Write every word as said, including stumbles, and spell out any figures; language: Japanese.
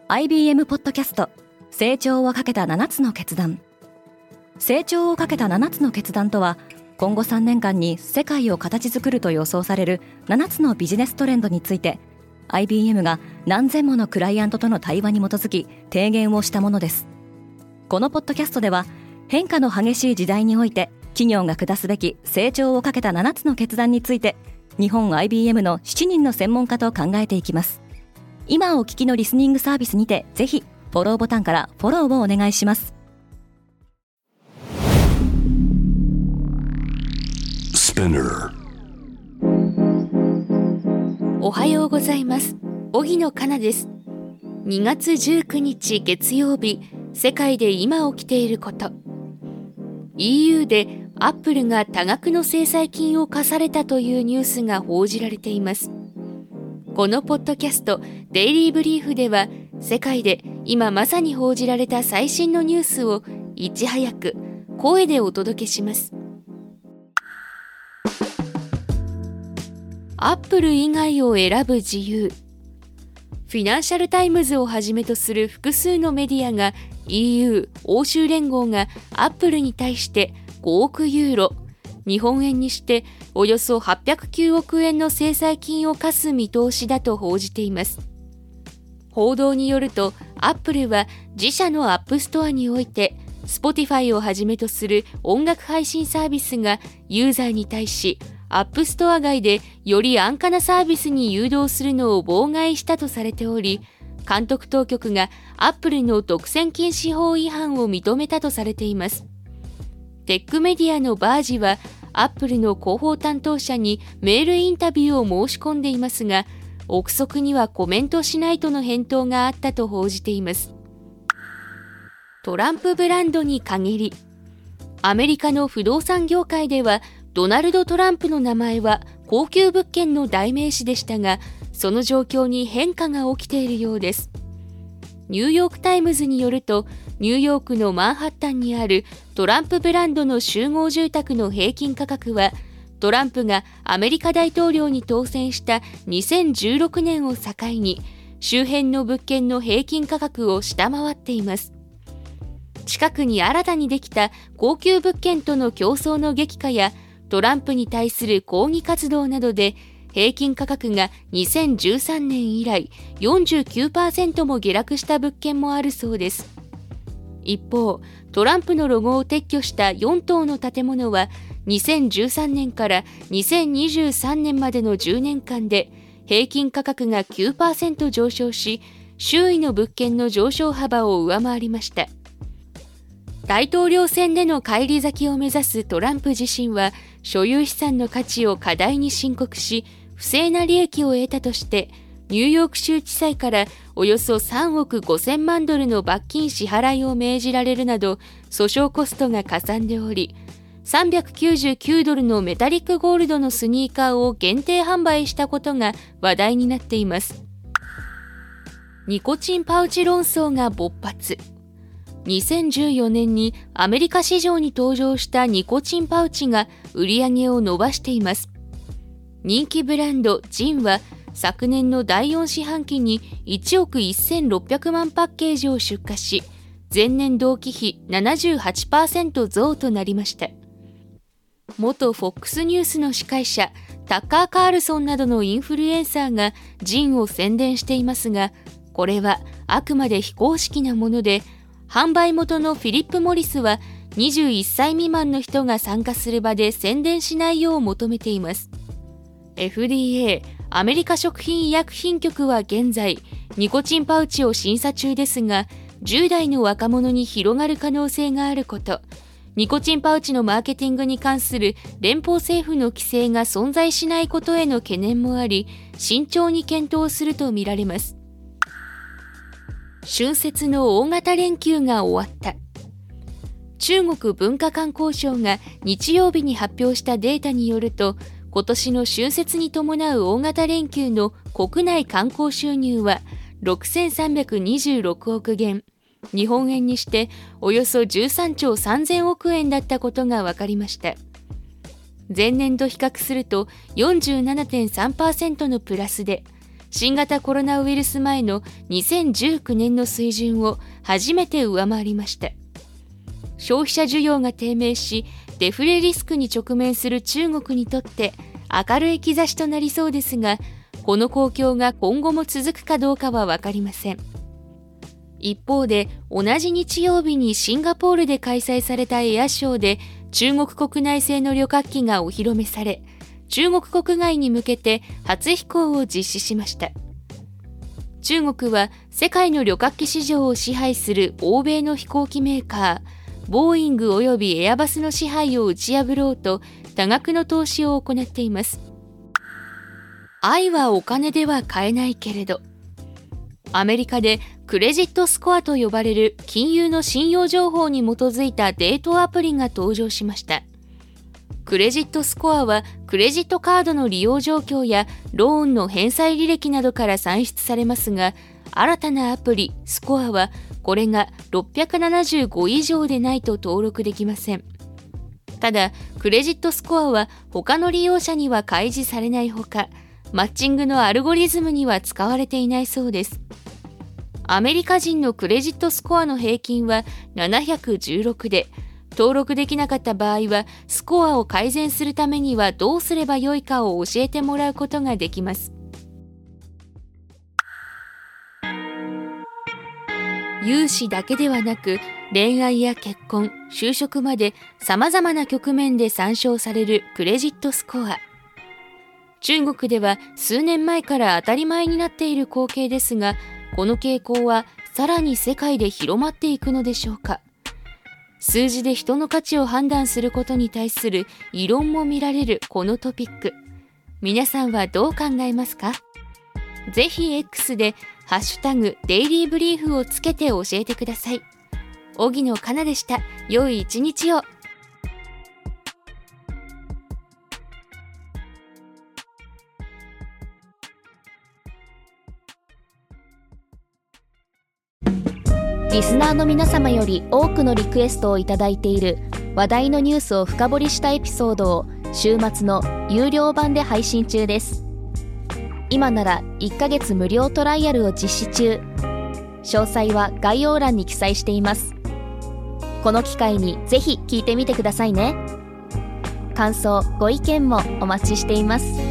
アイビーエム ポッドキャスト成長をかけたななつの決断。成長をかけたななつの決断とは、今後さんねんかんに世界を形作ると予想されるななつのビジネストレンドについて アイビーエム が何千ものクライアントとの対話に基づき提言をしたものです。このポッドキャストでは、変化の激しい時代において企業が下すべき成長をかけたななつの決断について、日本 アイビーエム のしちにんの専門家と考えていきます。今お聞きのリスニングサービスにて、ぜひフォローボタンからフォローをお願いします。 おはようございます。荻野かなです。にがつじゅうくにち月曜日、世界で今起きていること。 イーユー でアップルが多額の制裁金を課されたというニュースが報じられています。このポッドキャストデイリーブリーフでは、世界で今まさに報じられた最新のニュースをいち早く声でお届けします。アップル以外を選ぶ自由。フィナンシャルタイムズをはじめとする複数のメディアが イーユー 欧州連合がアップルに対してごおくユーロ、日本円にしておよそはっぴゃくきゅうおくえんの制裁金を課す見通しだと報じています。報道によると、アップルは自社のアップストアにおいて Spotify をはじめとする音楽配信サービスがユーザーに対しアップストア外でより安価なサービスに誘導するのを妨害したとされており、監督当局がアップルの独占禁止法違反を認めたとされています。テックメディアのバージはアップルの広報担当者にメールインタビューを申し込んでいますが、憶測にはコメントしないとの返答があったと報じています。トランプブランドに限り。アメリカの不動産業界ではドナルド・トランプの名前は高級物件の代名詞でしたが、その状況に変化が起きているようです。ニューヨークタイムズによると、ニューヨークのマンハッタンにあるトランプブランドの集合住宅の平均価格は、トランプがアメリカ大統領に当選したにせんじゅうろくねんを境に、周辺の物件の平均価格を下回っています。近くに新たにできた高級物件との競争の激化や、トランプに対する抗議活動などで、平均価格がにせんじゅうさんねん以来 よんじゅうきゅうパーセント も下落した物件もあるそうです。一方、トランプのロゴを撤去したよんとうの建物はにせんじゅうさんねんからにせんにじゅうさんねんまでのじゅうねんかんで平均価格が きゅうパーセント 上昇し、周囲の物件の上昇幅を上回りました。大統領選での返り咲きを目指すトランプ自身は、所有資産の価値を過大に申告し、不正な利益を得たとして、ニューヨーク州地裁からおよそさんおくごせんまんドルの罰金支払いを命じられるなど、訴訟コストがかさんでおり、さんびゃくきゅうじゅうきゅうドルのメタリックゴールドのスニーカーを限定販売したことが話題になっています。ニコチンパウチ論争が勃発。にせんじゅうよねんにアメリカ市場に登場したニコチンパウチが売り上げを伸ばしています。人気ブランドジンは昨年のだいよん四半期にいちおくせんろっぴゃくまんパッケージを出荷し、前年同期比 ななじゅうはちパーセント 増となりました。元 フォックス ニュースの司会者タッカー・カールソンなどのインフルエンサーがジンを宣伝していますが、これはあくまで非公式なもので、販売元のフィリップ・モリスはにじゅういっさい未満の人が参加する場で宣伝しないよう求めています。エフディーエー アメリカ食品医薬品局は現在ニコチンパウチを審査中ですが、じゅう代の若者に広がる可能性があること、ニコチンパウチのマーケティングに関する連邦政府の規制が存在しないことへの懸念もあり、慎重に検討するとみられます。春節の大型連休が終わった。中国文化観光省が日曜日に発表したデータによると、今年の春節に伴う大型連休の国内観光収入はろくせんさんびゃくにじゅうろくおくげん、日本円にしておよそじゅうさんちょうさんぜんおくえんだったことが分かりました。前年と比較すると よんじゅうななてんさんパーセント のプラスで、 新型コロナウイルス前のにせんじゅうきゅうねんの水準を初めて上回りました。消費者需要が低迷し、デフレリスクに直面する中国にとって明るい兆しとなりそうですが、この好況が今後も続くかどうかは分かりません。一方で、同じ日曜日にシンガポールで開催されたエアショーで中国国内製の旅客機がお披露目され、中国国外に向けて初飛行を実施しました。中国は世界の旅客機市場を支配する欧米の飛行機メーカー、ボーイングおよびエアバスの支配を打ち破ろうと多額の投資を行っています。愛はお金では買えないけれど、アメリカでクレジットスコアと呼ばれる金融の信用情報に基づいたデートアプリが登場しました。クレジットスコアはクレジットカードの利用状況やローンの返済履歴などから算出されますが、新たなアプリスコアはこれがろっぴゃくななじゅうご以上でないと登録できません。ただ、クレジットスコアは他の利用者には開示されないほか、マッチングのアルゴリズムには使われていないそうです。アメリカ人のクレジットスコアの平均はななひゃくじゅうろくで、登録できなかった場合はスコアを改善するためにはどうすればよいかを教えてもらうことができます。融資だけではなく、恋愛や結婚、就職まで様々な局面で参照されるクレジットスコア。中国では数年前から当たり前になっている光景ですが、この傾向はさらに世界で広まっていくのでしょうか。数字で人の価値を判断することに対する異論も見られるこのトピック。皆さんはどう考えますか？ぜひ X でハッシュタグデイリーブリーフをつけて教えてください。荻野かなでした。良い一日を。 リスナーの皆様より多くのリクエストをいただいている話題のニュースを深掘りしたエピソードを週末の有料版で配信中です。今ならいっかげつ無料トライアルを実施中。詳細は概要欄に記載しています。この機会にぜひ聞いてみてくださいね。感想、ご意見もお待ちしています。